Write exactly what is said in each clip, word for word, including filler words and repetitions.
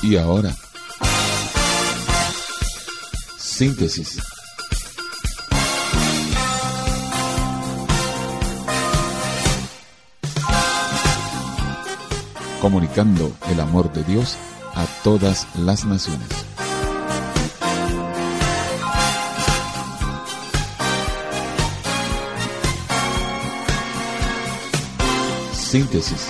Y ahora, síntesis. Comunicando el amor de Dios a todas las naciones. Síntesis.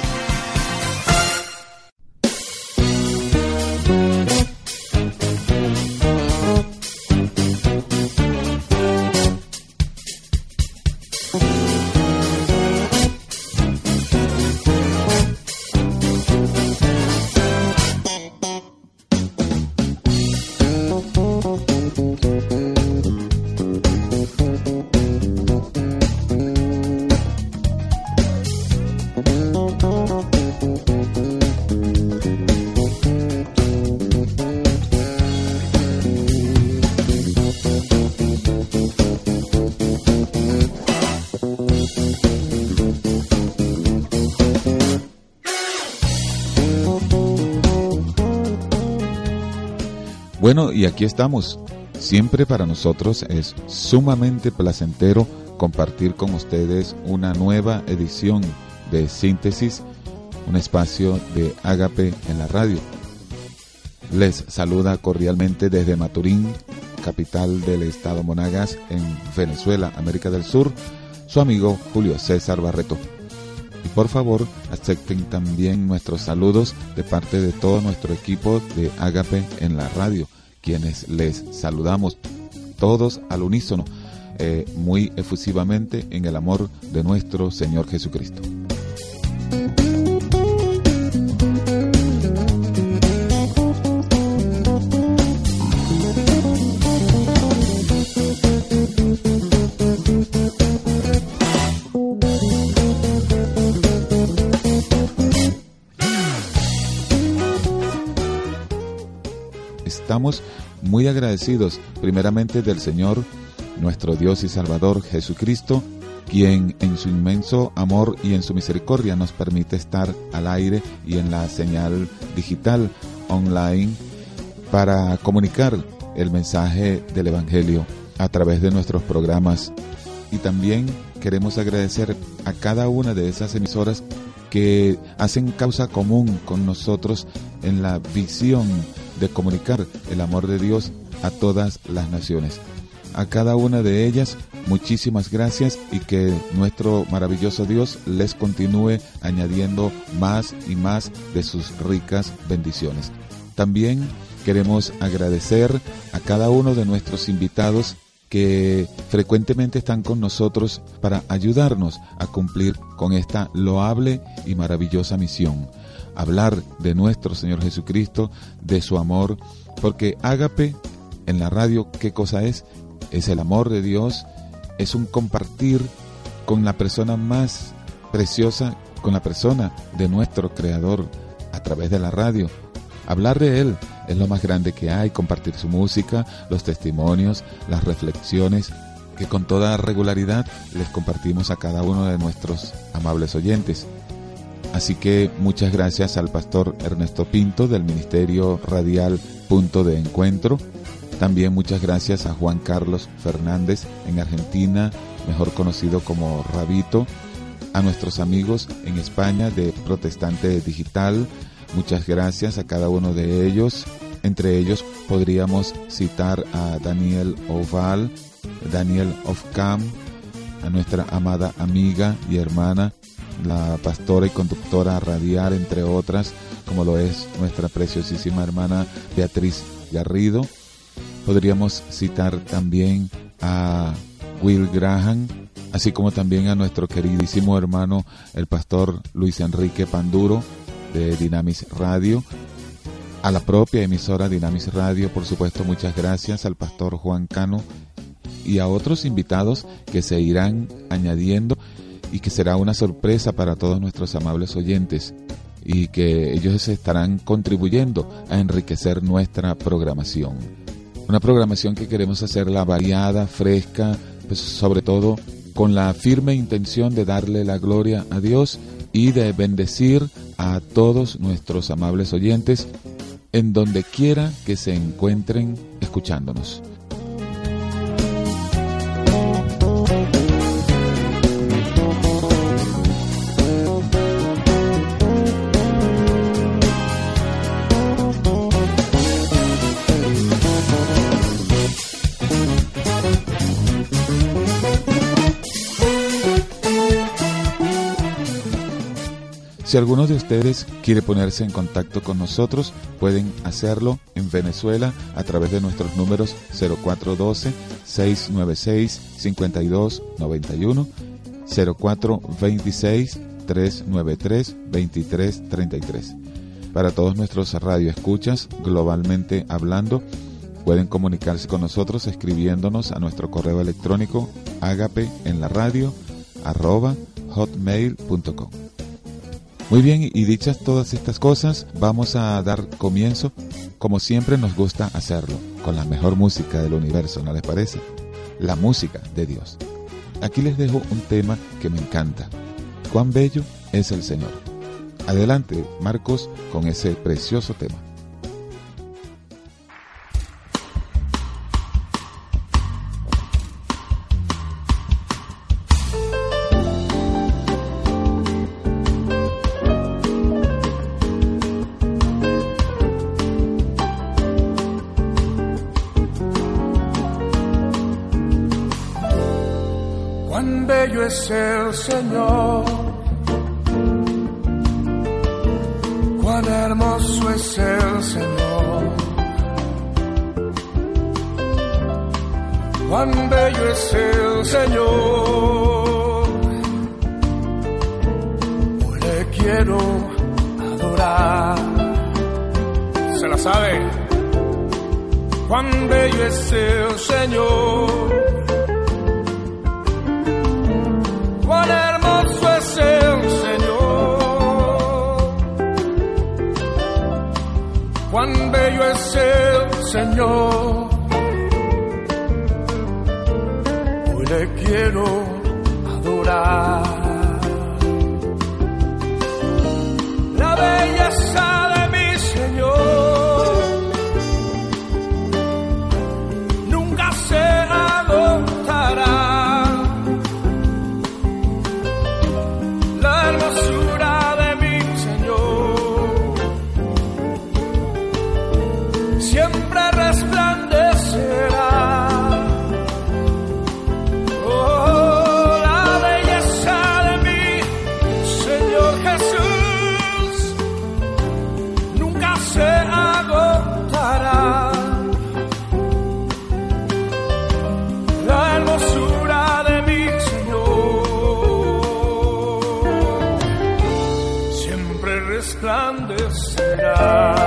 Bueno, y aquí estamos. Siempre para nosotros es sumamente placentero compartir con ustedes una nueva edición de Síntesis, un espacio de Ágape en la radio. Les saluda cordialmente desde Maturín, capital del estado Monagas, en Venezuela, América del Sur, su amigo Julio César Barreto. Y por favor, acepten también nuestros saludos de parte de todo nuestro equipo de Ágape en la radio, quienes les saludamos todos al unísono, eh, muy efusivamente en el amor de nuestro Señor Jesucristo. Estamos muy agradecidos primeramente del Señor, nuestro Dios y Salvador Jesucristo, quien en su inmenso amor y en su misericordia nos permite estar al aire y en la señal digital online para comunicar el mensaje del Evangelio a través de nuestros programas. Y también queremos agradecer a cada una de esas emisoras que hacen causa común con nosotros en la visión de comunicar el amor de Dios a todas las naciones. A cada una de ellas, muchísimas gracias y que nuestro maravilloso Dios les continúe añadiendo más y más de sus ricas bendiciones. También queremos agradecer a cada uno de nuestros invitados que frecuentemente están con nosotros para ayudarnos a cumplir con esta loable y maravillosa misión. Hablar de nuestro Señor Jesucristo, de su amor, porque Ágape en la radio, ¿qué cosa es? Es el amor de Dios, es un compartir con la persona más preciosa, con la persona de nuestro Creador a través de la radio. Hablar de Él es lo más grande que hay, compartir su música, los testimonios, las reflexiones que con toda regularidad les compartimos a cada uno de nuestros amables oyentes. Así que muchas gracias al pastor Ernesto Pinto del Ministerio Radial Punto de Encuentro. También muchas gracias a Juan Carlos Fernández en Argentina, mejor conocido como Rabito. A nuestros amigos en España de Protestante Digital, muchas gracias a cada uno de ellos. Entre ellos podríamos citar a Daniel Oval, Daniel Ofcam, a nuestra amada amiga y hermana, la pastora y conductora radial, entre otras, como lo es nuestra preciosísima hermana Beatriz Garrido. Podríamos citar también a Will Graham, así como también a nuestro queridísimo hermano, el pastor Luis Enrique Panduro, de Dinamis Radio, a la propia emisora Dinamis Radio, por supuesto, muchas gracias al pastor Juan Cano y a otros invitados que se irán añadiendo y que será una sorpresa para todos nuestros amables oyentes y que ellos estarán contribuyendo a enriquecer nuestra programación. Una programación que queremos hacerla variada, fresca, pues sobre todo con la firme intención de darle la gloria a Dios y de bendecir a todos nuestros amables oyentes en donde quiera que se encuentren escuchándonos. Si alguno de ustedes quiere ponerse en contacto con nosotros, pueden hacerlo en Venezuela a través de nuestros números cero cuatro uno dos, seis nueve seis, cinco dos nueve uno, cero cuatro dos seis, tres nueve tres, dos tres tres tres. Para todos nuestros radioescuchas, globalmente hablando, pueden comunicarse con nosotros escribiéndonos a nuestro correo electrónico agape en la radio arroba hotmail punto com. Muy bien, y dichas todas estas cosas, vamos a dar comienzo, como siempre nos gusta hacerlo, con la mejor música del universo, ¿no les parece? La música de Dios. Aquí les dejo un tema que me encanta. Cuán bello es el Señor. Adelante, Marcos, con ese precioso tema. Cuán bello es el Señor, cuán hermoso es el Señor, cuán bello es el Señor, hoy le quiero adorar. ¿Se la sabe? Cuán bello es el Señor, cuán hermoso es el Señor, cuán bello es el Señor, hoy le quiero adorar. La belleza de mi Señor nunca se agotará. Siempre resplandecerá. Oh, la belleza de mi Señor Jesús nunca se agotará. La hermosura de mi Señor siempre resplandecerá.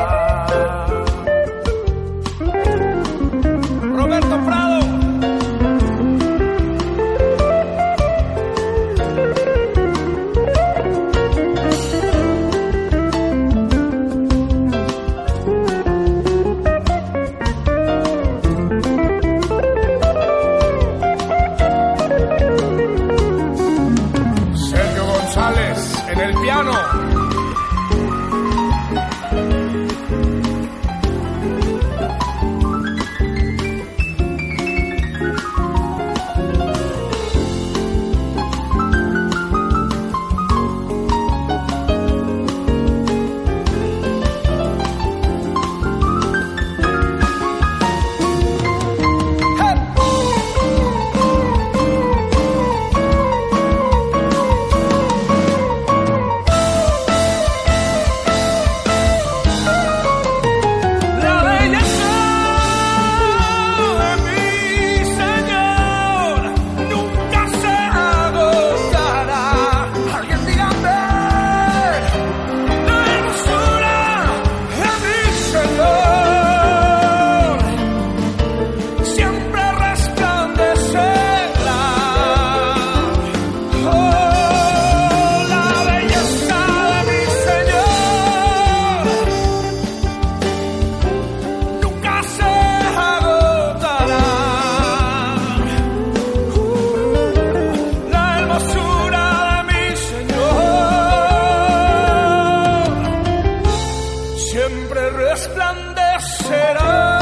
resplandecerá.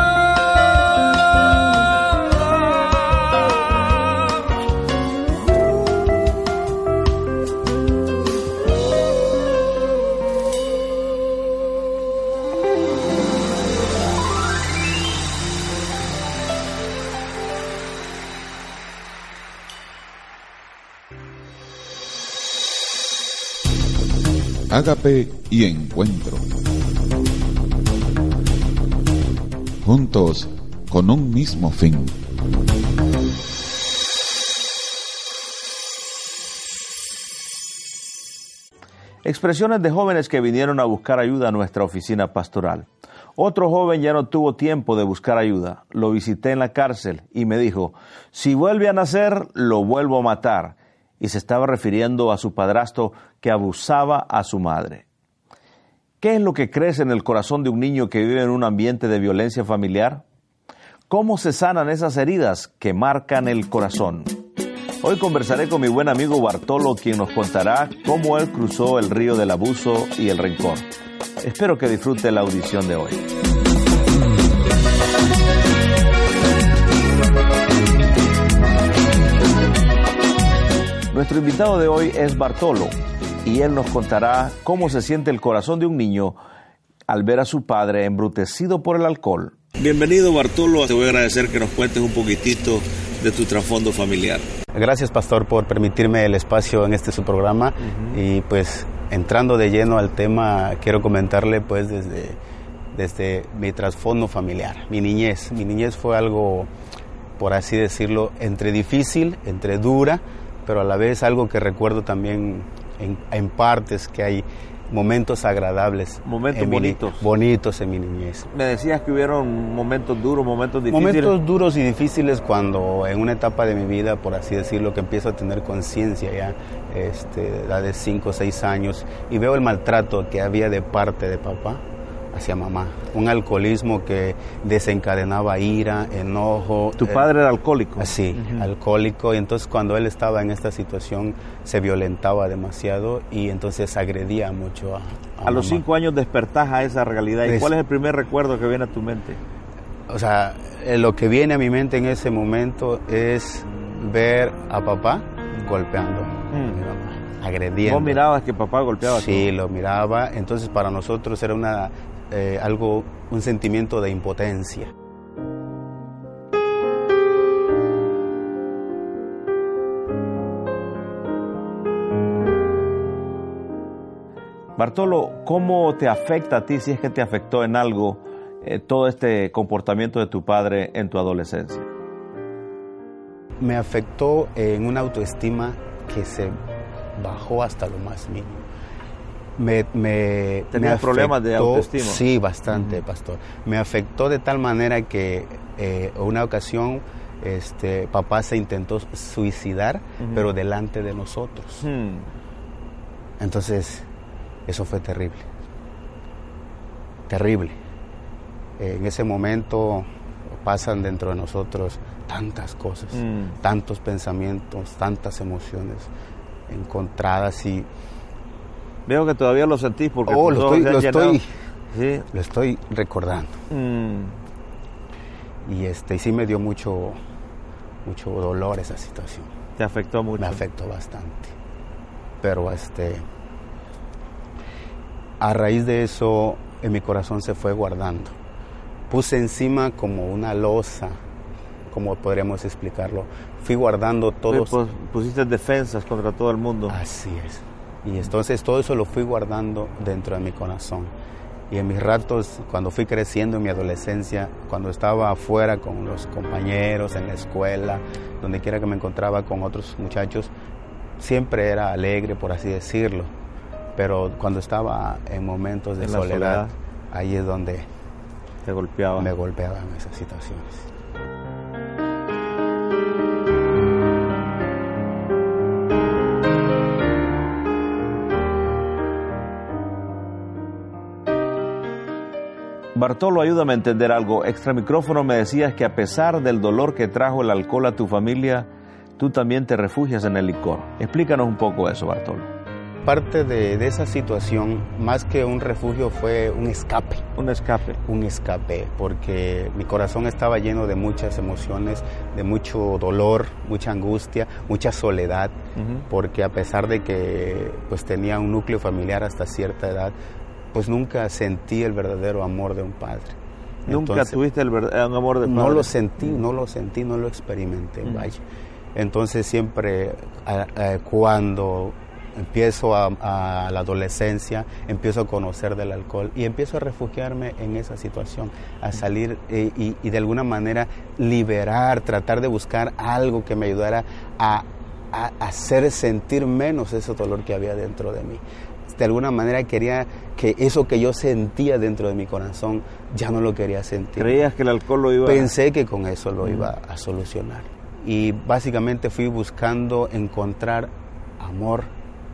Ágape y encuentro. Juntos con un mismo fin. Expresiones de jóvenes que vinieron a buscar ayuda a nuestra oficina pastoral. Otro joven ya no tuvo tiempo de buscar ayuda. Lo visité en la cárcel y me dijo, si vuelve a nacer, lo vuelvo a matar. Y se estaba refiriendo a su padrastro que abusaba a su madre. ¿Qué es lo que crece en el corazón de un niño que vive en un ambiente de violencia familiar? ¿Cómo se sanan esas heridas que marcan el corazón? Hoy conversaré con mi buen amigo Bartolo, quien nos contará cómo él cruzó el río del abuso y el rencor. Espero que disfrute la audición de hoy. Nuestro invitado de hoy es Bartolo, y él nos contará cómo se siente el corazón de un niño al ver a su padre embrutecido por el alcohol. Bienvenido, Bartolo. Te voy a agradecer que nos cuentes un poquitito de tu trasfondo familiar. Gracias, pastor, por permitirme el espacio en este su programa. Uh-huh. Y pues entrando de lleno al tema, quiero comentarle pues desde, desde mi trasfondo familiar, mi niñez. Mi niñez fue algo, por así decirlo, entre difícil, entre dura, pero a la vez algo que recuerdo también en, en partes, que hay momentos agradables. Momentos bonitos. Mi, bonitos en mi niñez. Me decías que hubieron momentos duros, momentos difíciles. Momentos duros y difíciles cuando en una etapa de mi vida, por así decirlo, que empiezo a tener conciencia ya, este, edad de cinco o seis años, y veo el maltrato que había de parte de papá hacia mamá. Un alcoholismo que desencadenaba ira, enojo. ¿Tu padre eh, era alcohólico? Sí, uh-huh. alcohólico. Y entonces cuando él estaba en esta situación se violentaba demasiado y entonces agredía mucho a, a, a mamá. los cinco años despertás a esa realidad. ¿Y es, cuál es el primer recuerdo que viene a tu mente? O sea, lo que viene a mi mente en ese momento es ver a papá golpeando uh-huh. a mi mamá, agrediendo. ¿Vos mirabas que papá golpeaba? Sí, todo? Lo miraba. Entonces para nosotros era una... Eh, algo, un sentimiento de impotencia. Bartolo, ¿cómo te afecta a ti, si es que te afectó en algo, eh, todo este comportamiento de tu padre en tu adolescencia? Me afectó en una autoestima que se bajó hasta lo más mínimo. Me, me, ¿Tenías problemas de autoestima? Sí, bastante, uh-huh. pastor. Me afectó de tal manera que eh, una ocasión este, papá se intentó suicidar, uh-huh. pero delante de nosotros. Uh-huh. Entonces, eso fue terrible. Terrible. Eh, en ese momento pasan dentro de nosotros tantas cosas, uh-huh. tantos pensamientos, tantas emociones encontradas y... Veo que todavía lo sentís porque... Oh, lo estoy, lo, estoy, ¿Sí? lo estoy recordando. Mm. Y este, sí me dio mucho, mucho dolor esa situación. ¿Te afectó mucho? Me afectó bastante. Pero este, a raíz de eso, en mi corazón se fue guardando. Puse encima como una losa, como podríamos explicarlo. Fui guardando todos... Pues, pusiste defensas contra todo el mundo. Así es. Y entonces todo eso lo fui guardando dentro de mi corazón. Y en mis ratos, cuando fui creciendo en mi adolescencia, cuando estaba afuera con los compañeros, en la escuela, donde quiera que me encontraba con otros muchachos, siempre era alegre, por así decirlo. Pero cuando estaba en momentos de soledad, soledad, ahí es donde te golpeaba. me golpeaban esas situaciones. Bartolo, ayúdame a entender algo. Extra micrófono me decías que a pesar del dolor que trajo el alcohol a tu familia, tú también te refugias en el licor. Explícanos un poco eso, Bartolo. aparte de, de esa situación, más que un refugio fue un escape. Un escape. Un escape, porque mi corazón estaba lleno de muchas emociones, de mucho dolor, mucha angustia, mucha soledad, uh-huh. porque a pesar de que pues tenía un núcleo familiar hasta cierta edad, pues nunca sentí el verdadero amor de un padre. ¿Nunca Entonces, tuviste el verdadero amor de padre? No lo sentí, no lo sentí, no lo experimenté, uh-huh. vaya. Entonces siempre a, a, cuando empiezo a, a la adolescencia, empiezo a conocer del alcohol y empiezo a refugiarme en esa situación, a salir y, y, y de alguna manera liberar, tratar de buscar algo que me ayudara a, a, a hacer sentir menos ese dolor que había dentro de mí. De alguna manera quería que eso que yo sentía dentro de mi corazón ya no lo quería sentir. ¿Creías que el alcohol lo iba a...? Pensé que con eso lo iba a solucionar. Y básicamente fui buscando encontrar amor,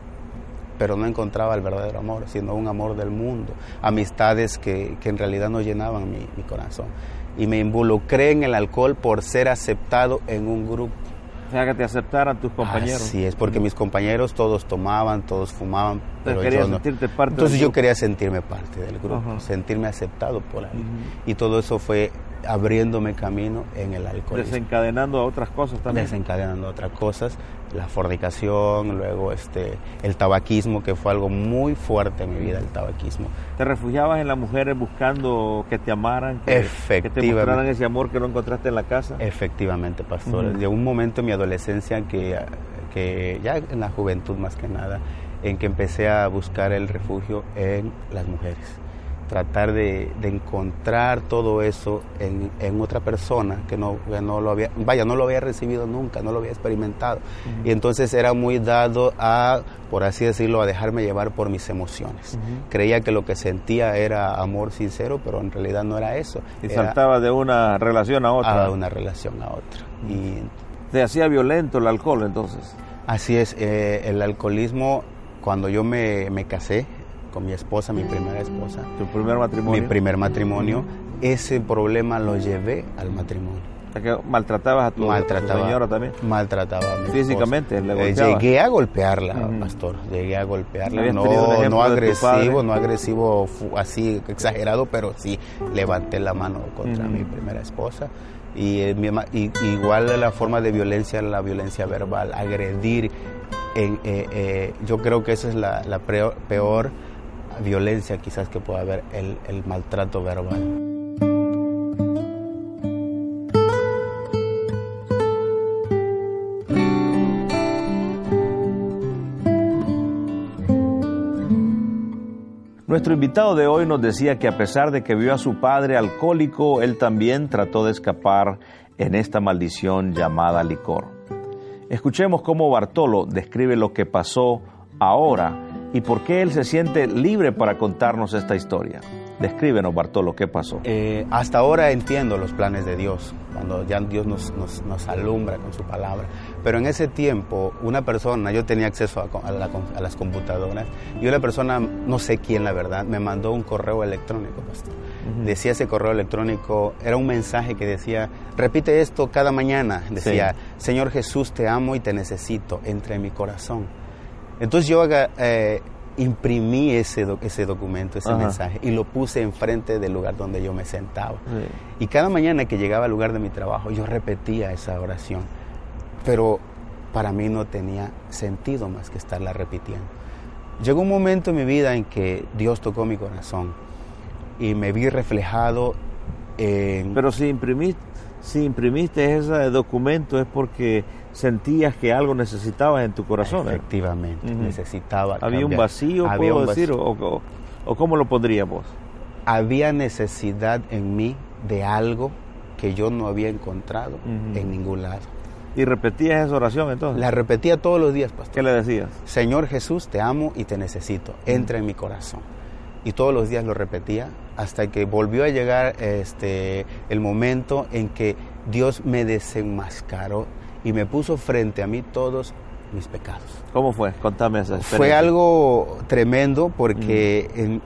pero no encontraba el verdadero amor, sino un amor del mundo, amistades que, que en realidad no llenaban mi, mi corazón. Y me involucré en el alcohol por ser aceptado en un grupo. O sea, que te aceptaran tus compañeros. Así es, porque mis compañeros todos tomaban, todos fumaban, pero querías yo no. sentirte parte Entonces del yo grupo. quería sentirme parte del grupo, Uh-huh. sentirme aceptado por ahí. Uh-huh. Y todo eso fue abriéndome camino en el alcoholismo. Desencadenando a otras cosas también. Desencadenando otras cosas, la fornicación, luego este, el tabaquismo, que fue algo muy fuerte en mi vida, el tabaquismo. ¿Te refugiabas en las mujeres buscando que te amaran, que, que te mostraran ese amor que no encontraste en la casa? Efectivamente, pastor. Uh-huh. Llegó un momento en mi adolescencia que, que ya en la juventud más que nada, en que empecé a buscar el refugio en las mujeres. Tratar de, de encontrar todo eso en, en otra persona que no, que no lo había, vaya, no lo había recibido nunca, no lo había experimentado. Uh-huh. Y entonces era muy dado a, por así decirlo, a dejarme llevar por mis emociones. Uh-huh. Creía que lo que sentía era amor sincero, pero en realidad no era eso. Y era saltaba de una relación a otra. A una relación a otra. Uh-huh. Y ¿te hacía violento el alcohol entonces? Así es, eh, el alcoholismo, cuando yo me, me casé con mi esposa, mi primera esposa. ¿Tu primer matrimonio? Mi primer matrimonio. Ese problema lo llevé al matrimonio. O sea, que maltratabas a tu, maltrataba, a tu señora también. Maltrataba a mi físicamente, esposa. le eh, Llegué a golpearla, uh-huh. pastor. Llegué a golpearla. No, no agresivo, no agresivo así exagerado, pero sí levanté la mano contra uh-huh. mi primera esposa. Y, eh, mi, y igual la forma de violencia, la violencia verbal, agredir. En, eh, eh, yo creo que esa es la, la peor, peor violencia quizás que pueda haber, el, el maltrato verbal. Nuestro invitado de hoy nos decía que a pesar de que vio a su padre alcohólico, él también trató de escapar en esta maldición llamada licor. Escuchemos cómo Bartolo describe lo que pasó ahora y por qué él se siente libre para contarnos esta historia. Descríbenos, Bartolo, ¿qué pasó? Eh, hasta ahora entiendo los planes de Dios, cuando ya Dios nos, nos, nos alumbra con su palabra. Pero en ese tiempo, una persona, yo tenía acceso a, a, la, a las computadoras, y una persona, no sé quién la verdad, me mandó un correo electrónico, pastor. Uh-huh. Decía ese correo electrónico, era un mensaje que decía, repite esto cada mañana. Decía, sí. Señor Jesús, te amo y te necesito, entra en mi corazón. Entonces yo eh, imprimí ese, do, ese documento, ese Ajá. mensaje, y lo puse enfrente del lugar donde yo me sentaba. Sí. Y cada mañana que llegaba al lugar de mi trabajo, yo repetía esa oración. Pero para mí no tenía sentido más que estarla repitiendo. Llegó un momento en mi vida en que Dios tocó mi corazón y me vi reflejado en... Pero si imprimiste, si imprimiste ese documento es porque sentías que algo necesitabas en tu corazón. Efectivamente, ¿eh? uh-huh. necesitaba ¿Había cambiar. un vacío, Había puedo un vacío. decir? O, o, ¿O cómo lo pondríamos? Había necesidad en mí de algo que yo no había encontrado uh-huh. en ningún lado. ¿Y repetías esa oración entonces? La repetía todos los días, pastor. ¿Qué le decías? Señor Jesús, te amo y te necesito. Entra uh-huh. en mi corazón. Y todos los días lo repetía hasta que volvió a llegar este, el momento en que Dios me desenmascaró y me puso frente a mí todos mis pecados. ¿Cómo fue? Contame esa experiencia. Fue algo tremendo porque uh-huh. en,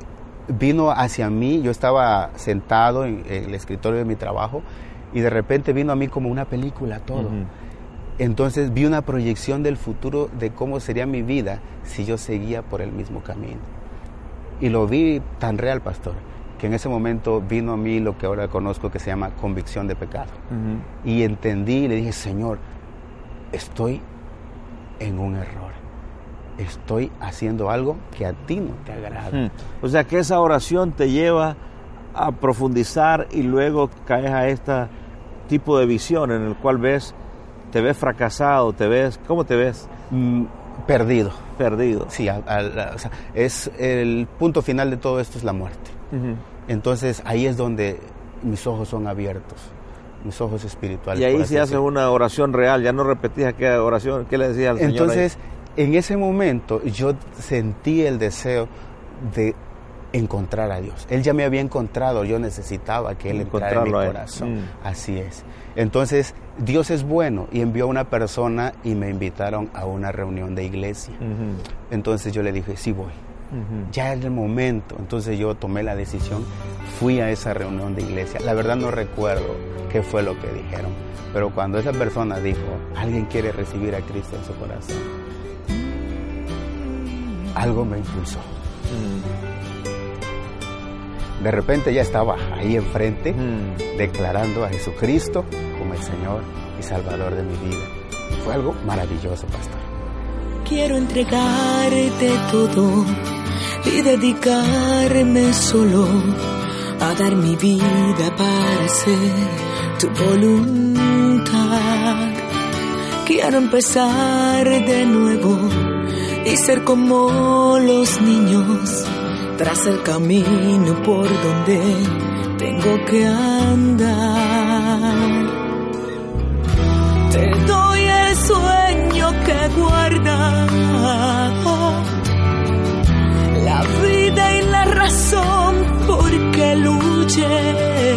vino hacia mí, yo estaba sentado en, en el escritorio de mi trabajo y de repente vino a mí como una película todo. Uh-huh. Entonces vi una proyección del futuro de cómo sería mi vida si yo seguía por el mismo camino. Y lo vi tan real, pastor, que en ese momento vino a mí lo que ahora conozco que se llama convicción de pecado. Uh-huh. Y entendí y le dije, Señor, estoy en un error. Estoy haciendo algo que a ti no te agrada. Uh-huh. O sea que esa oración te lleva a profundizar y luego caes a este tipo de visión en el cual ves, te ves fracasado, te ves, ¿cómo te ves? Mm, perdido. Perdido. Sí, a, a, a, o sea, es el punto final de todo esto es la muerte. Uh-huh. Entonces ahí es donde mis ojos son abiertos, mis ojos espirituales. Y ahí sí haces una oración real, ya no repetís aquella oración, ¿qué le decías al Señor? Entonces, ahí? En ese momento yo sentí el deseo de encontrar a Dios. Él ya me había encontrado, yo necesitaba que Él entrara en mi corazón. Mm. Así es. Entonces, Dios es bueno y envió a una persona y me invitaron a una reunión de iglesia. Uh-huh. Entonces yo le dije, sí voy. Uh-huh. Ya es el momento. Entonces yo tomé la decisión, fui a esa reunión de iglesia. La verdad no recuerdo qué fue lo que dijeron, pero cuando esa persona dijo, alguien quiere recibir a Cristo en su corazón, algo me impulsó. Uh-huh. De repente ya estaba ahí enfrente, mm. declarando a Jesucristo como el Señor y Salvador de mi vida. Fue algo maravilloso, pastor. Quiero entregarte todo y dedicarme solo a dar mi vida para hacer tu voluntad. Quiero empezar de nuevo y ser como los niños, tras el camino por donde tengo que andar. Te doy el sueño que guarda la vida y la razón por que luche.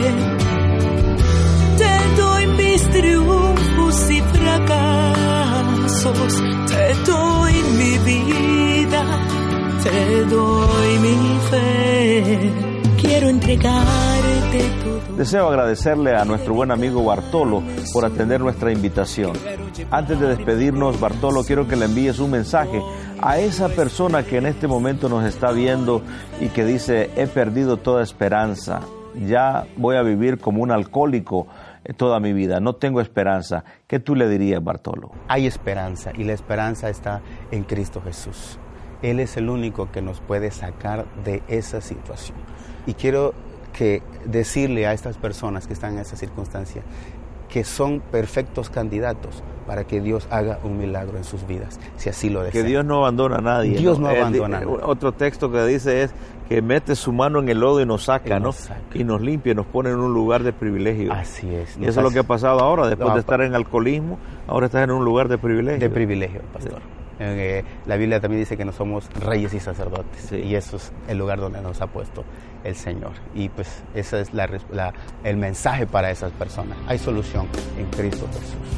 Te doy mis triunfos y fracasos, te doy mi vida, te doy mi fe, quiero entregarte todo. Deseo agradecerle a nuestro buen amigo Bartolo por atender nuestra invitación. Antes de despedirnos, Bartolo, quiero que le envíes un mensaje a esa persona que en este momento nos está viendo y que dice, he perdido toda esperanza, ya voy a vivir como un alcohólico toda mi vida, no tengo esperanza. ¿Qué tú le dirías, Bartolo? Hay esperanza y la esperanza está en Cristo Jesús. Él es el único que nos puede sacar de esa situación. Y quiero que decirle a estas personas que están en esa circunstancia que son perfectos candidatos para que Dios haga un milagro en sus vidas, si así lo desean. Que Dios no abandona a nadie. Dios no, no abandona a nadie. Otro texto que dice es que mete su mano en el lodo y nos saca, y nos, ¿no? saca. Y nos limpia, nos pone en un lugar de privilegio. Así es. Y eso es lo que ha pasado ahora, después no, de estar en alcoholismo, ahora estás en un lugar de privilegio. De privilegio, pastor. Sí. Eh, la Biblia también dice que no somos reyes y sacerdotes, sí. Y eso es el lugar donde nos ha puesto el Señor. Y pues ese es la, la, el mensaje para esas personas. Hay solución en Cristo Jesús.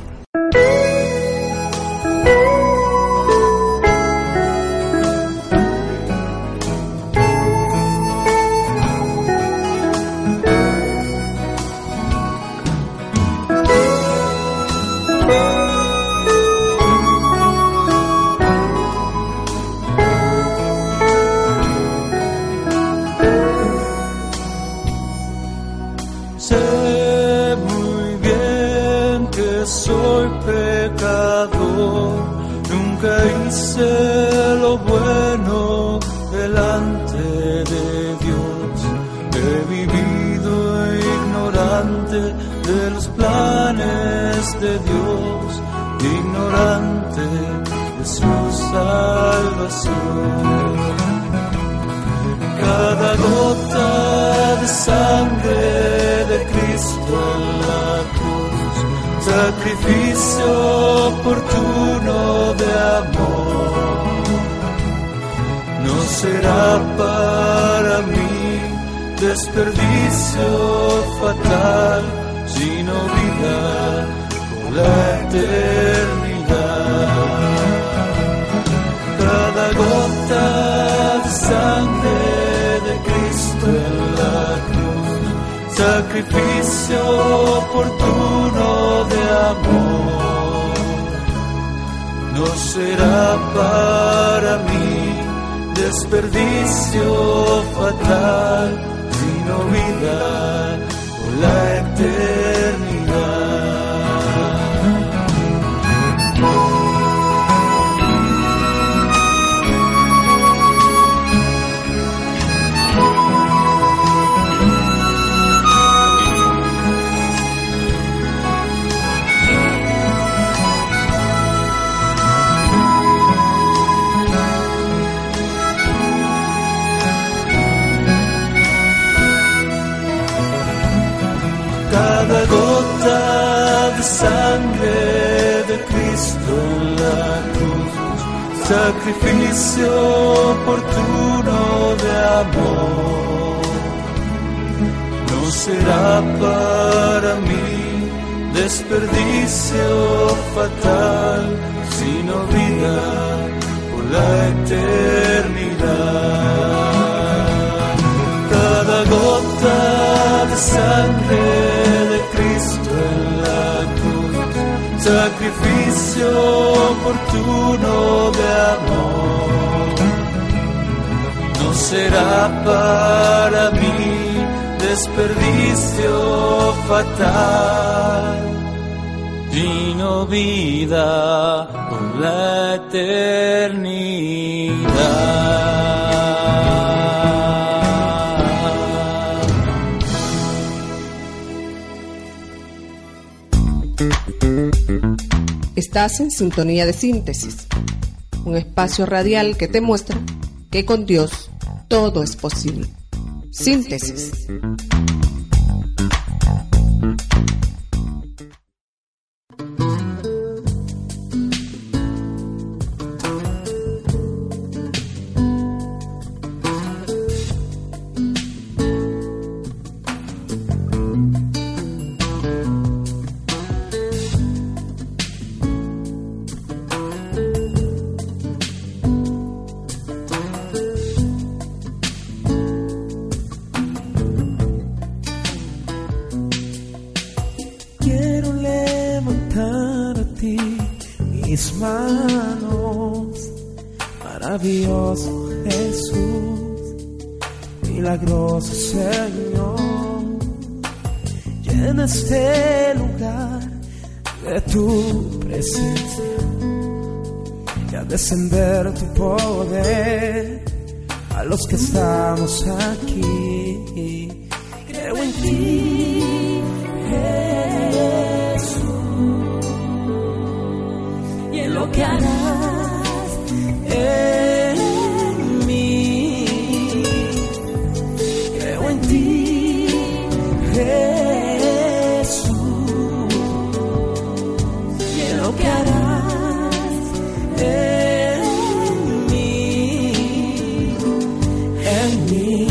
Hice lo bueno delante de Dios. He vivido ignorante de los planes de Dios, ignorante de su salvación. Cada gota de sangre de Cristo en la cruz, sacrificio oportuno de amor, no será para mí desperdicio fatal, sino vida por la eternidad. Cada gota de sangre de Cristo en la cruz, sacrificio oportuno de amor, no será para mí desperdicio fatal, sino vida por la eternidad. Cada gota de sangre de Cristo en la cruz, sacrificio oportuno de amor, no será para mí desperdicio fatal, sino vida por la eternidad. Cada gota de sangre de Cristo en la cruz, sacrificio oportuno de amor, no será para mí desperdicio fatal, sino vida por la eternidad. Estás en sintonía de Síntesis, un espacio radial que te muestra que con Dios todo es posible. Síntesis. mis manos, maravilloso Jesús, milagroso Señor, llena este lugar de tu presencia y a descender tu poder a los que estamos aquí. Creo en ti, Jesús, y en lo que harás en mí. Creo en ti, Jesús, y en lo que harás en mí, en mí.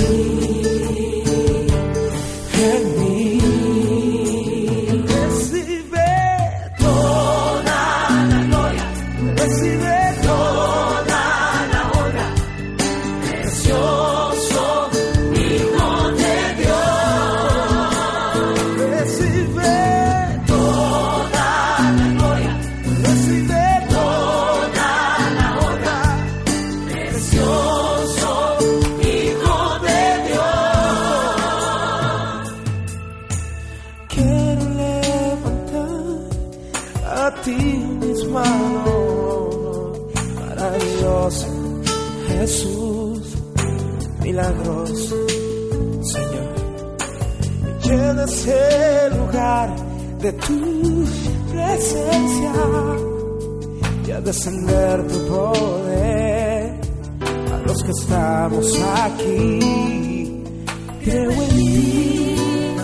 Jesús, milagroso Señor, llena ese lugar de tu presencia y a descender tu poder a los que estamos aquí. Creo en ti,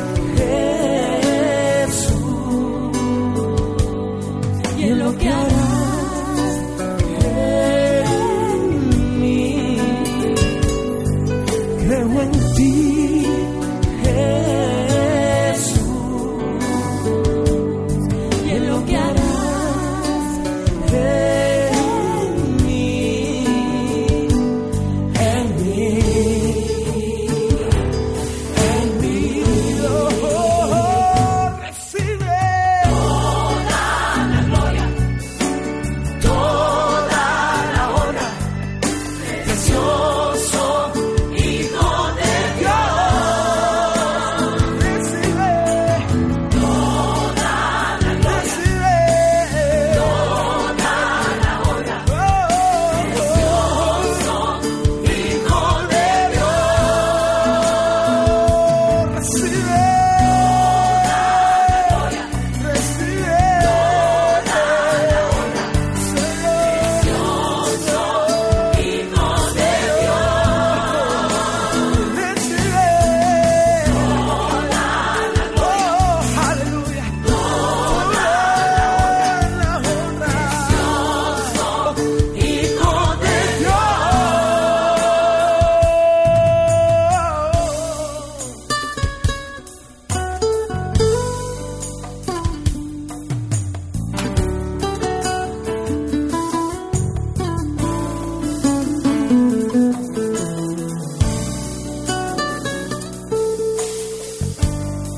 Jesús, y en lo que harás. Creo en ti, Jesús, y en lo que harás en mí, en mí, en mí. Oh, recibe toda la gloria, toda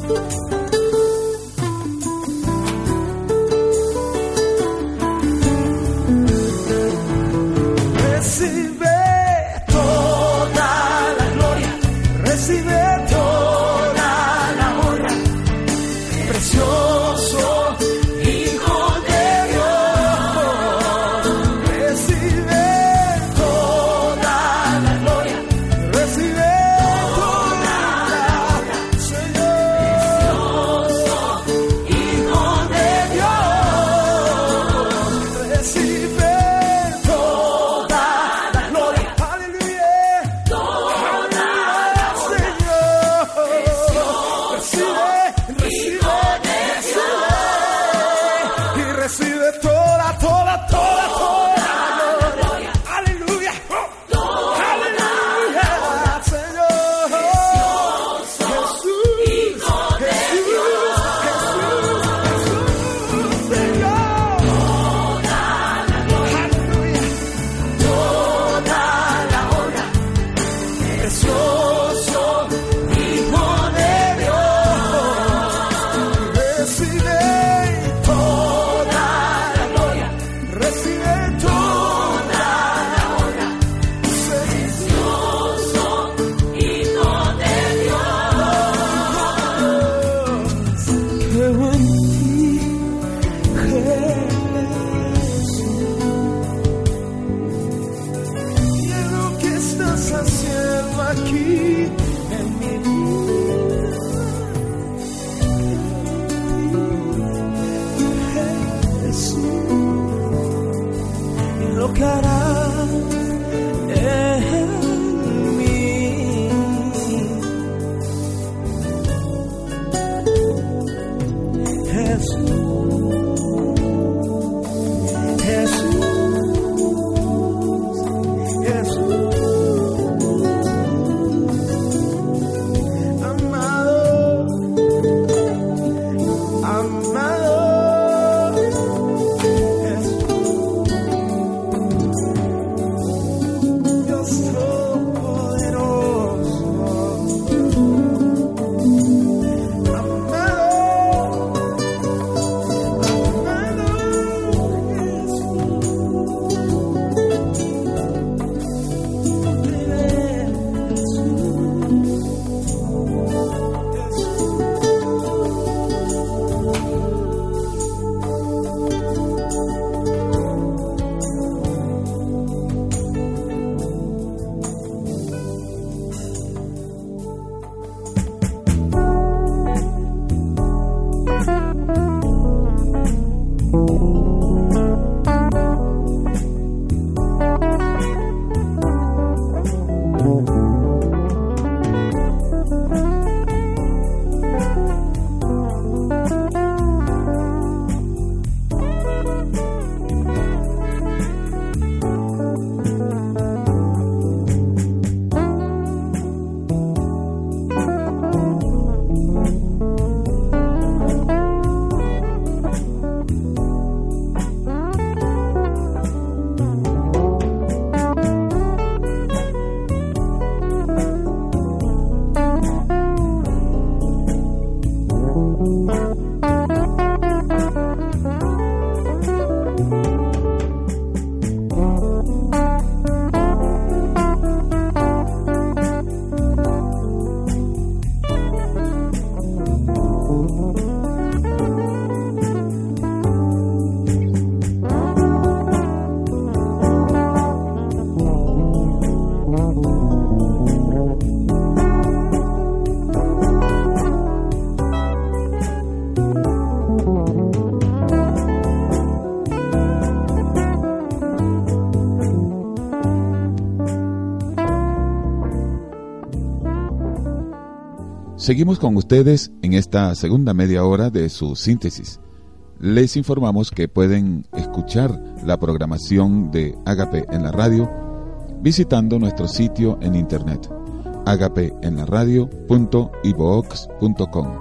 Seguimos con ustedes en esta segunda media hora de su síntesis. Les informamos que pueden escuchar la programación de Ágape en la radio visitando nuestro sitio en internet agape en la radio punto ivox punto com.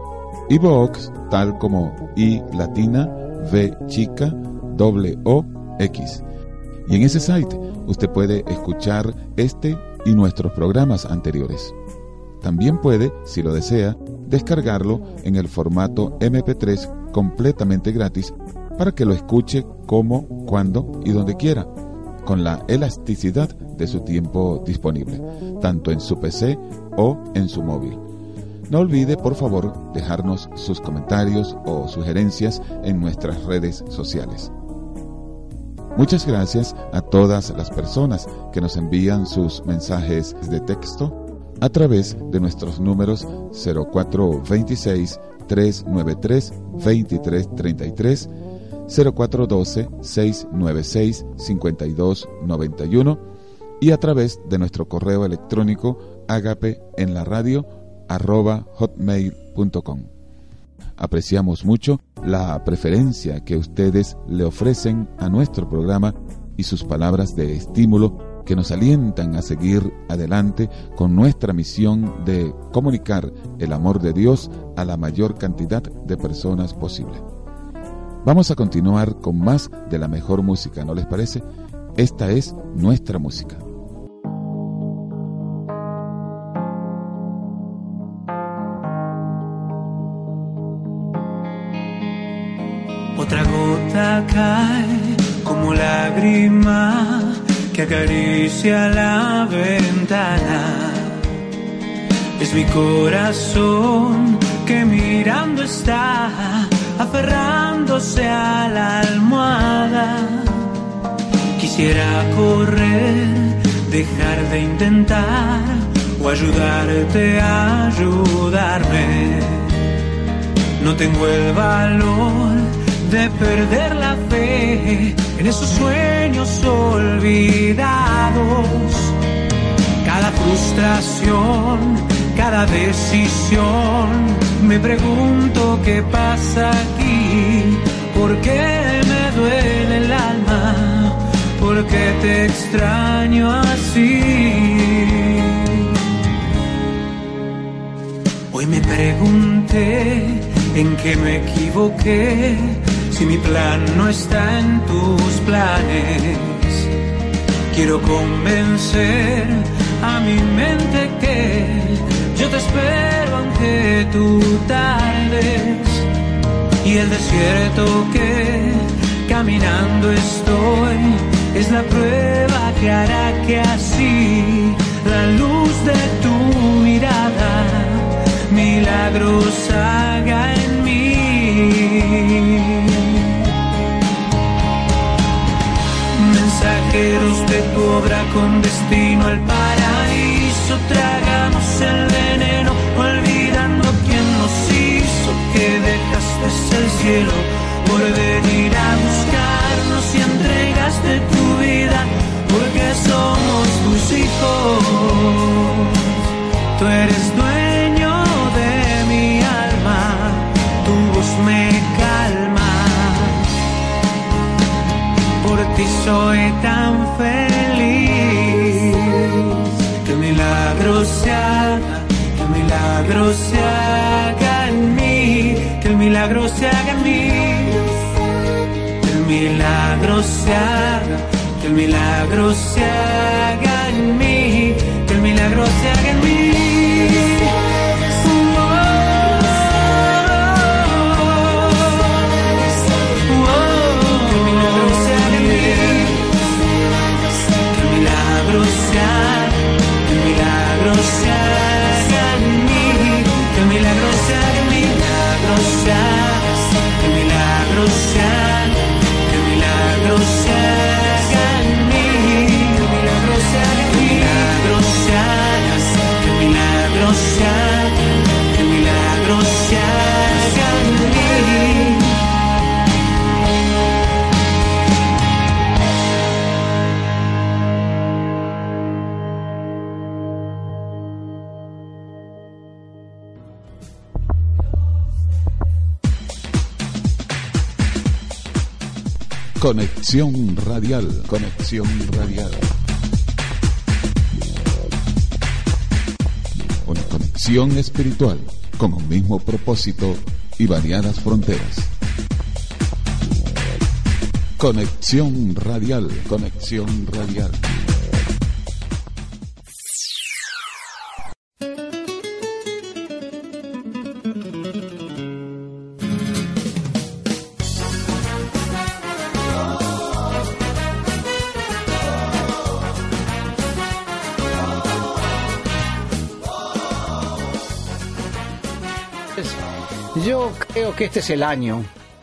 iVoox, tal como I latina, V chica, doble O, X. Y en ese site usted puede escuchar este y nuestros programas anteriores. También puede, si lo desea, descargarlo en el formato eme pe tres completamente gratis para que lo escuche como, cuando y donde quiera, con la elasticidad de su tiempo disponible, tanto en su pe ce o en su móvil. No olvide, por favor, dejarnos sus comentarios o sugerencias en nuestras redes sociales. Muchas gracias a todas las personas que nos envían sus mensajes de texto a través de nuestros números cero cuatro veintiséis, trescientos noventa y tres, veintitrés treinta y tres, cero cuatro doce, seiscientos noventa y seis, cincuenta y dos noventa y uno y a través de nuestro correo electrónico agape en la radio arroba hotmail punto com. Apreciamos mucho la preferencia que ustedes le ofrecen a nuestro programa y sus palabras de estímulo que nos alientan a seguir adelante con nuestra misión de comunicar el amor de Dios a la mayor cantidad de personas posible. Vamos a continuar con más de la mejor música, ¿no les parece? Esta es nuestra música. Otra gota cae como lágrima que acaricia la ventana. Es mi corazón que mirando está, aferrándose a la almohada. Quisiera correr, dejar de intentar o ayudarte a ayudarme. No tengo el valor de perder la fe en esos sueños olvidados. Cada frustración, cada decisión, me pregunto qué pasa aquí, por qué me duele el alma, por qué te extraño así. Hoy me pregunté en qué me equivoqué, si mi plan no está en tus planes. Quiero convencer a mi mente que yo te espero aunque tú tardes. Y el desierto que caminando estoy es la prueba que hará que así la luz de tu mirada milagros haga en mí. Mensajeros de tu obra con destino al paraíso, tragamos el veneno, olvidando quién nos hizo, que dejaste el cielo por venir a buscarnos y entregaste tu vida, porque somos tus hijos. Tú eres dueño de mi alma, tu voz me calma. Por ti soy tan feliz. Que el milagro se haga, que el milagro se haga en mí, que el milagro se haga en mí. Que el milagro se haga, que el milagro se haga en mí, que el milagro se haga en mí. Conexión Radial, Conexión Radial. Una conexión espiritual con un mismo propósito y variadas fronteras. Conexión Radial, Conexión Radial. Yo creo que este es el año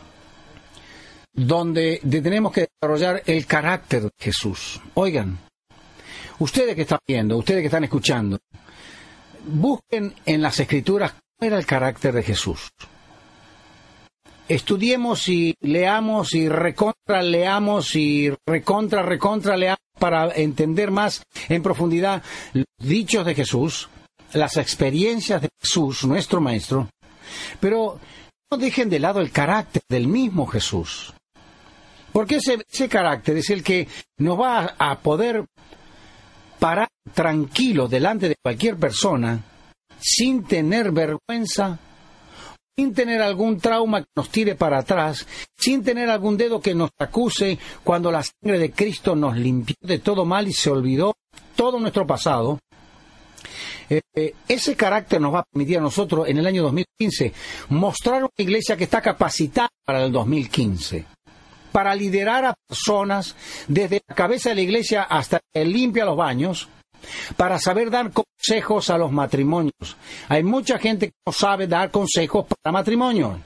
donde tenemos que desarrollar el carácter de Jesús. Oigan, ustedes que están viendo, ustedes que están escuchando, busquen en las Escrituras cómo era el carácter de Jesús. Estudiemos y leamos y recontra leamos y recontra recontra leamos para entender más en profundidad los dichos de Jesús, las experiencias de Jesús, nuestro Maestro, pero no dejen de lado el carácter del mismo Jesús, porque ese, ese carácter es el que nos va a, a poder parar tranquilo delante de cualquier persona sin tener vergüenza, sin tener algún trauma que nos tire para atrás, sin tener algún dedo que nos acuse cuando la sangre de Cristo nos limpió de todo mal y se olvidó todo nuestro pasado. Eh, eh, ese carácter nos va a permitir a nosotros en el año dos mil quince mostrar una iglesia que está capacitada para el dos mil quince, para liderar a personas desde la cabeza de la iglesia hasta que limpia los baños, para saber dar consejos a los matrimonios. Hay mucha gente que no sabe dar consejos para matrimonio.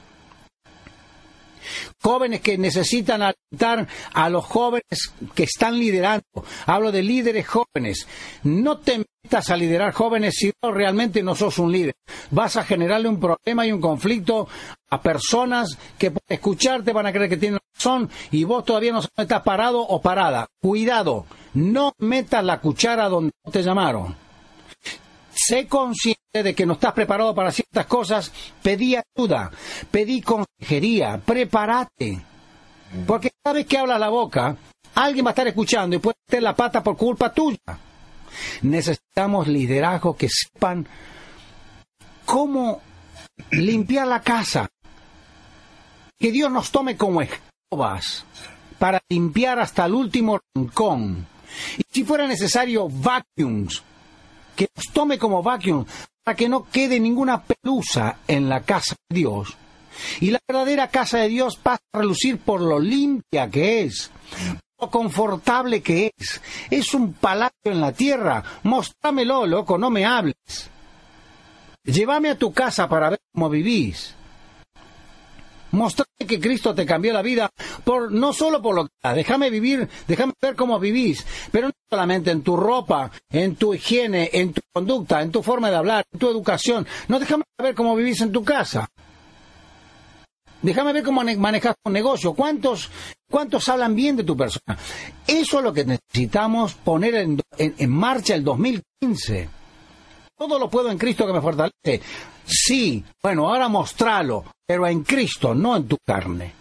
Jóvenes que necesitan alentar a los jóvenes que están liderando. Hablo de líderes jóvenes. No te metas a liderar jóvenes si no, realmente no sos un líder. Vas a generarle un problema y un conflicto a personas que por escucharte van a creer que tienen razón y vos todavía no sabes si estás parado o parada. Cuidado, no metas la cuchara donde no te llamaron. Sé consciente de que no estás preparado para ciertas cosas, pedí ayuda, pedí consejería, prepárate. Porque cada vez que hablas la boca, alguien va a estar escuchando y puede meter la pata por culpa tuya. Necesitamos liderazgo que sepan cómo limpiar la casa. Que Dios nos tome como escobas para limpiar hasta el último rincón. Y si fuera necesario, vacuums. Que nos tome como vacuum para que no quede ninguna pelusa en la casa de Dios. Y la verdadera casa de Dios pasa a relucir por lo limpia que es, lo confortable que es. Es un palacio en la tierra. Mostrámelo, loco, no me hables. Llévame a tu casa para ver cómo vivís. Mostrame que Cristo te cambió la vida, por no solo por lo que da, déjame vivir, déjame ver cómo vivís, pero no solamente en tu ropa, en tu higiene, en tu conducta, en tu forma de hablar, en tu educación. No, déjame ver cómo vivís en tu casa. Déjame ver cómo manejas tu negocio. ¿Cuántos, cuántos hablan bien de tu persona? Eso es lo que necesitamos poner en, en, en marcha el dos mil quince. Todo lo puedo en Cristo que me fortalece. Sí, bueno, ahora mostralo, pero en Cristo, no en tu carne.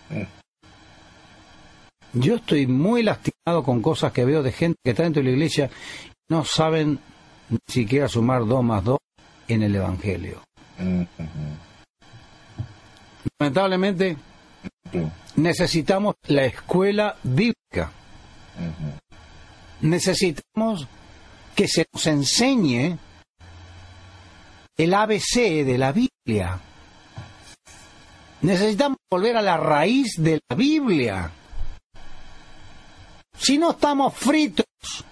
Yo estoy muy lastimado con cosas que veo de gente que está dentro de la iglesia y no saben ni siquiera sumar dos más dos en el Evangelio. Lamentablemente, necesitamos la escuela bíblica. Necesitamos que se nos enseñe el A B C de la Biblia. Necesitamos volver a la raíz de la Biblia. Si no, estamos fritos.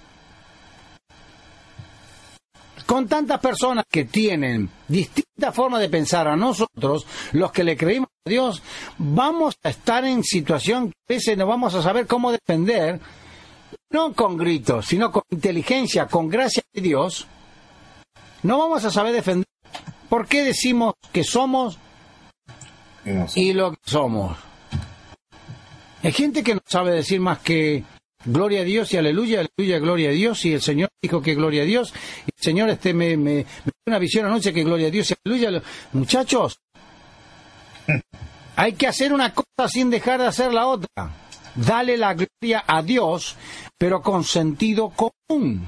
Con tantas personas que tienen distintas formas de pensar a nosotros, los que le creímos a Dios, vamos a estar en situación que a veces no vamos a saber cómo defender, no con gritos, sino con inteligencia, con gracia de Dios. No vamos a saber defender. ¿Por qué decimos que somos y lo que somos? Hay gente que no sabe decir más que gloria a Dios y aleluya, aleluya, gloria a Dios, y el Señor dijo que gloria a Dios, y el Señor este me, me, me dio una visión anoche que gloria a Dios y aleluya. Muchachos, hay que hacer una cosa sin dejar de hacer la otra. Dale la gloria a Dios, pero con sentido común.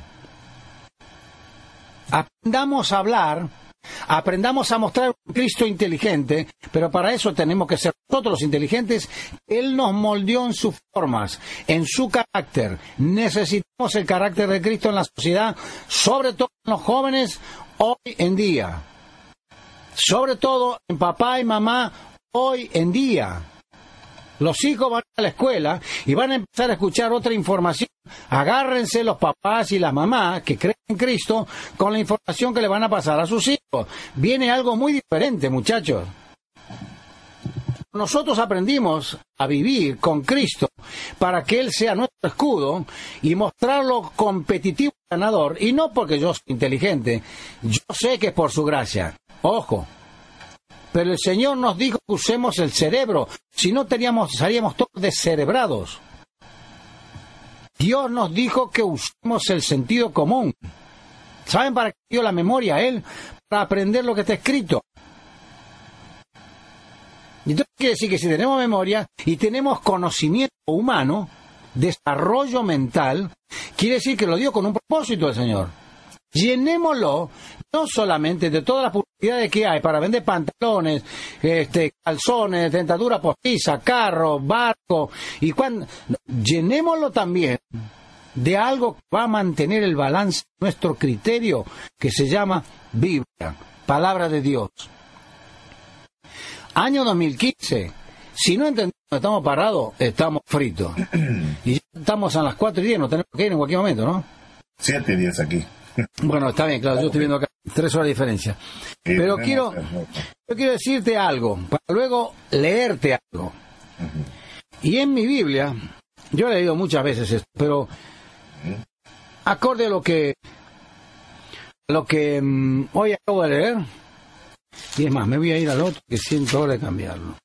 Aprendamos a hablar, aprendamos a mostrar un Cristo inteligente, pero para eso tenemos que ser nosotros los inteligentes. Él nos moldeó en sus formas, en su carácter. Necesitamos el carácter de Cristo en la sociedad, sobre todo en los jóvenes hoy en día. Sobre todo en papá y mamá hoy en día. Los hijos van a la escuela y van a empezar a escuchar otra información. Agárrense los papás y las mamás que creen en Cristo con la información que le van a pasar a sus hijos. Viene algo muy diferente, muchachos. nosotros aprendimos a vivir con Cristo para que Él sea nuestro escudo y mostrarlo competitivo y ganador, y no porque yo soy inteligente, yo sé que es por su gracia. Ojo, pero el Señor nos dijo que usemos el cerebro, si no teníamos, estaríamos todos descerebrados. Dios nos dijo que usemos el sentido común. ¿Saben para qué dio la memoria a Él? Para aprender lo que está escrito. Entonces quiere decir que si tenemos memoria y tenemos conocimiento humano, desarrollo mental, quiere decir que lo dio con un propósito el Señor. Llenémoslo no solamente de todas las publicidades que hay para vender pantalones, este, calzones, dentadura postiza, carros, barcos, y cuando llenémoslo también de algo que va a mantener el balance de nuestro criterio, que se llama Biblia, palabra de Dios. Año dos mil quince, si no entendemos que estamos parados, estamos fritos. Y ya estamos a las cuatro y diez, nos tenemos que ir en cualquier momento, ¿no? siete y diez aquí. Bueno, está bien, claro, yo estoy viendo acá tres horas de diferencia. Sí, Pero quiero, yo quiero decirte algo, para luego leerte algo. Uh-huh. Y en mi Biblia, yo he leído muchas veces esto, pero uh-huh. acorde a lo que, a lo que um, hoy acabo de leer, y es más, me voy a ir al otro que siento hora de cambiarlo.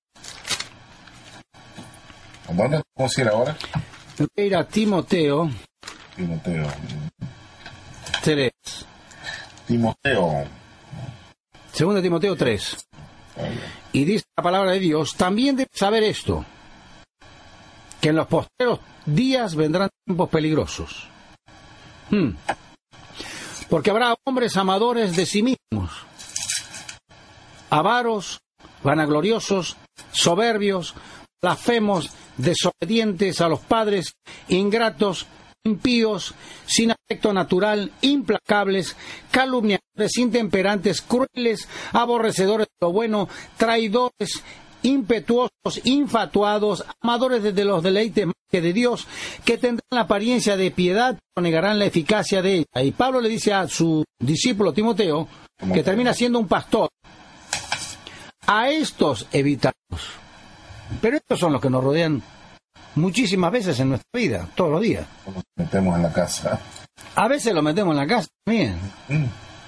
¿A dónde vamos a ir ahora? Me voy a ir a Timoteo. Timoteo. tres. Timoteo. Segunda Timoteo tres. Y dice la palabra de Dios, también debes saber esto, que en los postreros días vendrán tiempos peligrosos. Hmm. Porque habrá hombres amadores de sí mismos, avaros, vanagloriosos, soberbios, blasfemos, desobedientes a los padres, ingratos, impíos, sin afecto natural, implacables, calumniadores, intemperantes, crueles, aborrecedores de lo bueno, traidores, impetuosos, infatuados, amadores de los deleites más que de Dios, que tendrán la apariencia de piedad, pero negarán la eficacia de ella. Y Pablo le dice a su discípulo Timoteo, que termina siendo un pastor, a estos evitamos. Pero estos son los que nos rodean muchísimas veces en nuestra vida, todos los días. Nos metemos en la casa. A veces lo metemos en la casa también. Mm.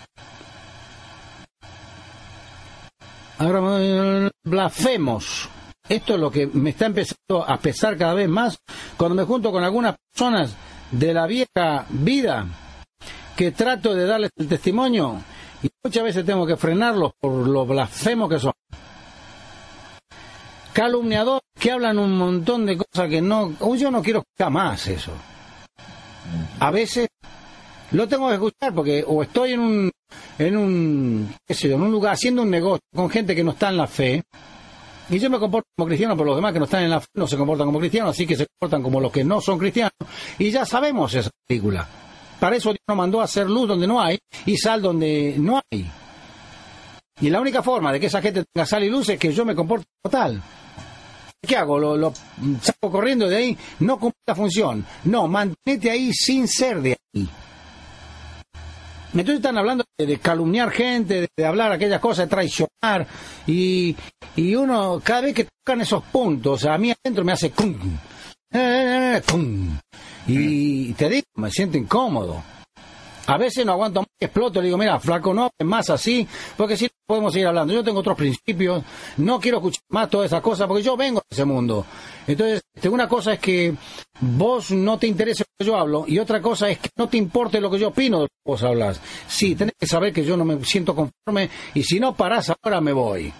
Ahora, blasfemos. Esto es lo que me está empezando a pesar cada vez más cuando me junto con algunas personas de la vieja vida que trato de darles el testimonio y muchas veces tengo que frenarlos por lo blasfemos que son. Calumniadores que hablan un montón de cosas que no... Yo no quiero escuchar más eso. A veces lo tengo que escuchar porque o estoy en un en un qué sé yo, en un lugar haciendo un negocio con gente que no está en la fe y yo me comporto como cristiano, pero los demás que no están en la fe no se comportan como cristianos, así que se comportan como los que no son cristianos, y ya sabemos esa película. Para eso Dios nos mandó a hacer luz donde no hay y sal donde no hay. Y la única forma de que esa gente tenga sal y luz es que yo me comporte como tal. ¿Qué hago? ¿Lo, lo saco corriendo de ahí? No cumple la función. No, manténete ahí sin ser de ahí. Entonces están hablando de, de calumniar gente, de, de hablar aquellas cosas, de traicionar, y, y uno, cada vez que tocan esos puntos, a mí adentro me hace cum, eh, eh, cum, y te digo, me siento incómodo. A veces no aguanto más, exploto, le digo, mira, flaco, no, es más así, porque si no podemos seguir hablando. Yo tengo otros principios, no quiero escuchar más todas esas cosas, porque yo vengo de ese mundo. Entonces, una cosa es que vos no te interese lo que yo hablo, y otra cosa es que no te importe lo que yo opino de lo que vos hablas. Sí, tenés que saber que yo no me siento conforme, y si no parás ahora me voy.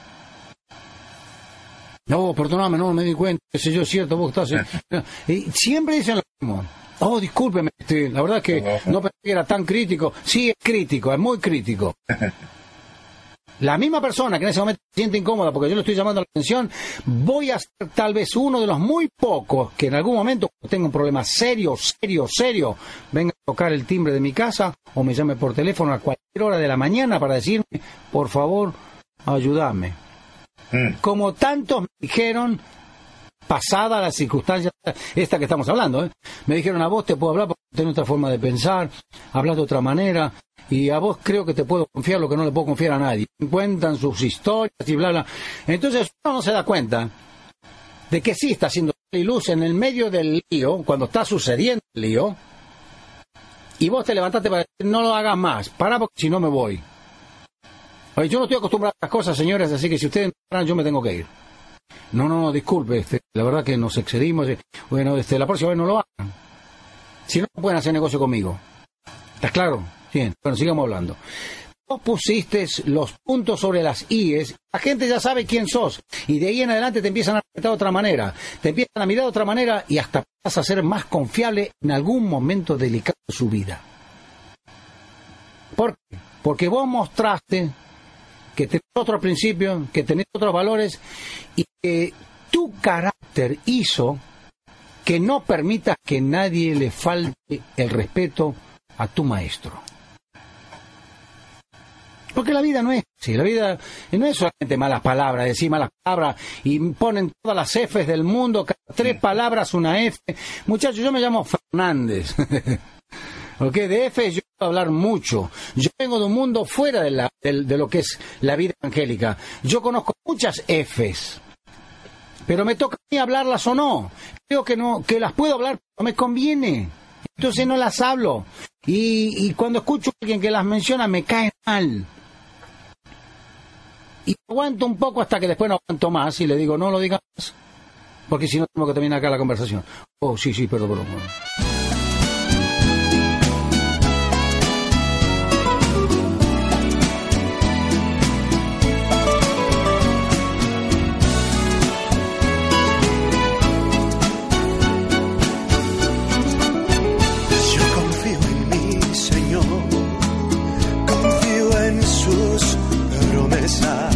No, perdóname, no me di cuenta, qué sé yo, es cierto, vos estás... Y siempre dicen lo mismo. Oh, discúlpeme, este, la verdad es que no pensé que era tan crítico. Sí, es crítico, es muy crítico. La misma persona que en ese momento se siente incómoda porque yo le estoy llamando la atención, voy a ser tal vez uno de los muy pocos que en algún momento tenga un problema serio, serio, serio, venga a tocar el timbre de mi casa o me llame por teléfono a cualquier hora de la mañana para decirme, por favor, ayúdame. Mm. Como tantos me dijeron, pasada la circunstancia esta que estamos hablando, ¿eh? Me dijeron, a vos te puedo hablar porque tenés otra forma de pensar, hablas de otra manera, y a vos creo que te puedo confiar lo que no le puedo confiar a nadie. Cuentan sus historias y bla, bla. Entonces uno no se da cuenta de que sí está haciendo y luz en el medio del lío, cuando está sucediendo el lío, y vos te levantaste para decir, no lo hagas más, pará porque si no me voy. Oye, yo no estoy acostumbrado a estas cosas, señores, así que si ustedes no paran, yo me tengo que ir. No, no, no, disculpe, este, la verdad que nos excedimos. Bueno, este, la próxima vez no lo hagan. Si no, pueden hacer negocio conmigo. ¿Estás claro? Bien, bueno, sigamos hablando. Vos pusiste los puntos sobre las íes, la gente ya sabe quién sos, y de ahí en adelante te empiezan a respetar de otra manera, te empiezan a mirar de otra manera, y hasta vas a ser más confiable en algún momento delicado de su vida. ¿Por qué? Porque vos mostraste que tenés otro principio, que tenés otros valores, y que tu carácter hizo que no permitas que nadie le falte el respeto a tu maestro. Porque la vida no es así, la vida no es solamente malas palabras, decir malas palabras y ponen todas las Fs del mundo, cada tres palabras una F. Muchachos, yo me llamo Fernández. ¿Ok? De F yo puedo hablar mucho. Yo vengo de un mundo fuera de, la, de, de lo que es la vida evangélica. Yo conozco muchas Fs, pero me toca a mí hablarlas o no. Creo que no, que las puedo hablar, pero no me conviene. Entonces no las hablo. Y, y cuando escucho a alguien que las menciona me cae mal. Y aguanto un poco hasta que después no aguanto más y le digo, no lo digas más, porque si no tengo que terminar acá la conversación. Oh, sí, sí, perdón, perdón. Yo confío en mi Señor, confío en sus promesas.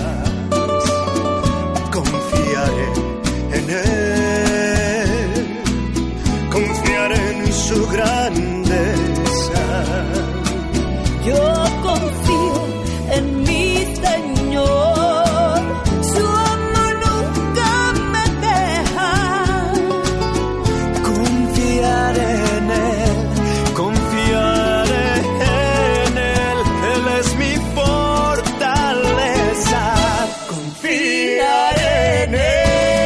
Confiaré en Él, confiaré en su grandeza. Yo confío en mi Señor, su amor nunca me deja. Confiaré en Él, confiaré en Él, Él es mi fortaleza. Confiaré en Él.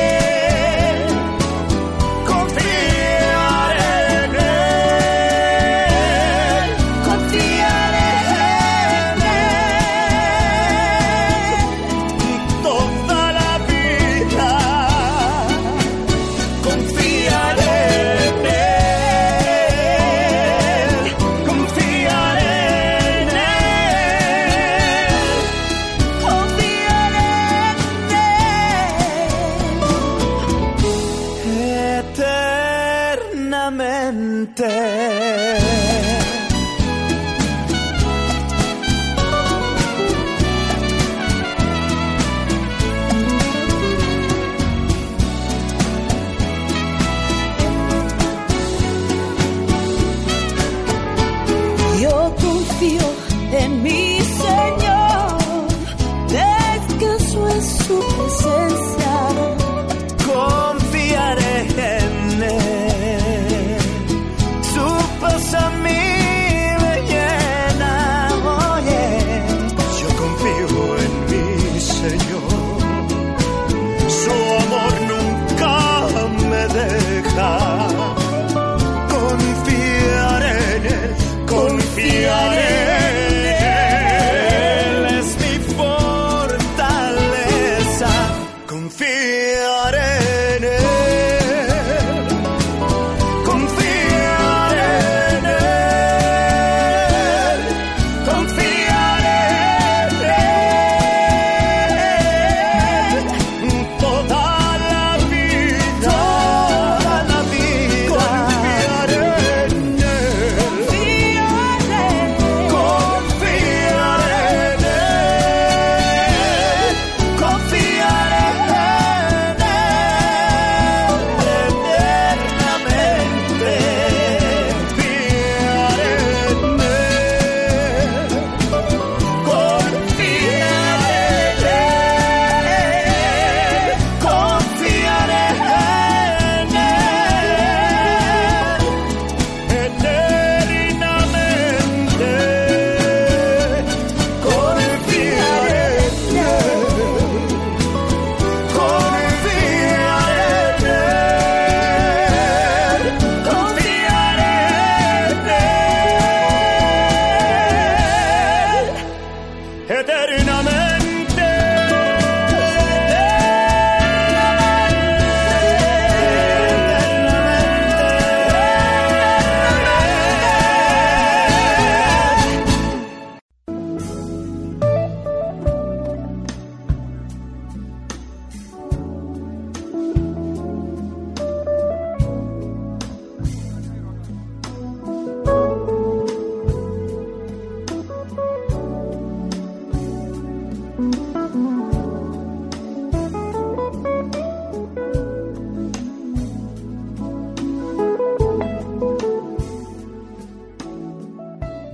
Yo confío en mi Señor, descanso en su presencia. Confiaré en Él, su paz a mí me llena. Oye, yo confío en mi Señor, su amor nunca me deja. Confiaré en Él, confiaré. Él es mi fortaleza.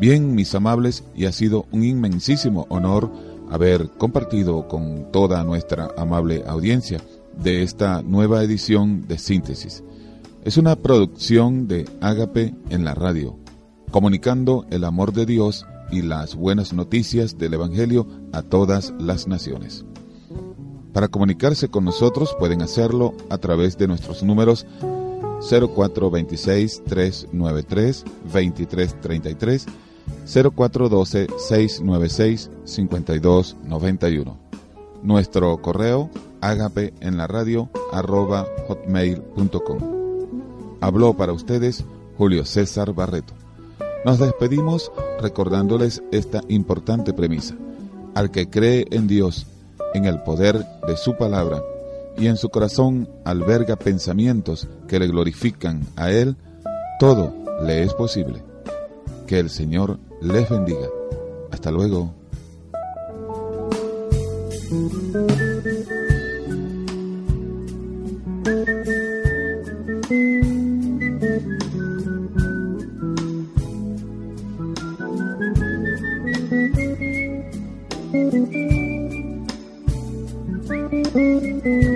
Bien, mis amables, y ha sido un inmensísimo honor haber compartido con toda nuestra amable audiencia de esta nueva edición de Síntesis. Es una producción de Ágape en la radio, comunicando el amor de Dios y las buenas noticias del Evangelio a todas las naciones. Para comunicarse con nosotros pueden hacerlo a través de nuestros números cero cuatro dos seis, tres nueve tres, dos tres tres tres, cero cuatro uno dos, seis nueve seis, cinco dos nueve uno. Nuestro correo ágape en la radio arroba hotmail punto com. Habló para ustedes Julio César Barreto. Nos despedimos recordándoles esta importante premisa. Al que cree en Dios, en el poder de su palabra, y en su corazón alberga pensamientos que le glorifican a Él, todo le es posible. Que el Señor les bendiga. Hasta luego. Thank you.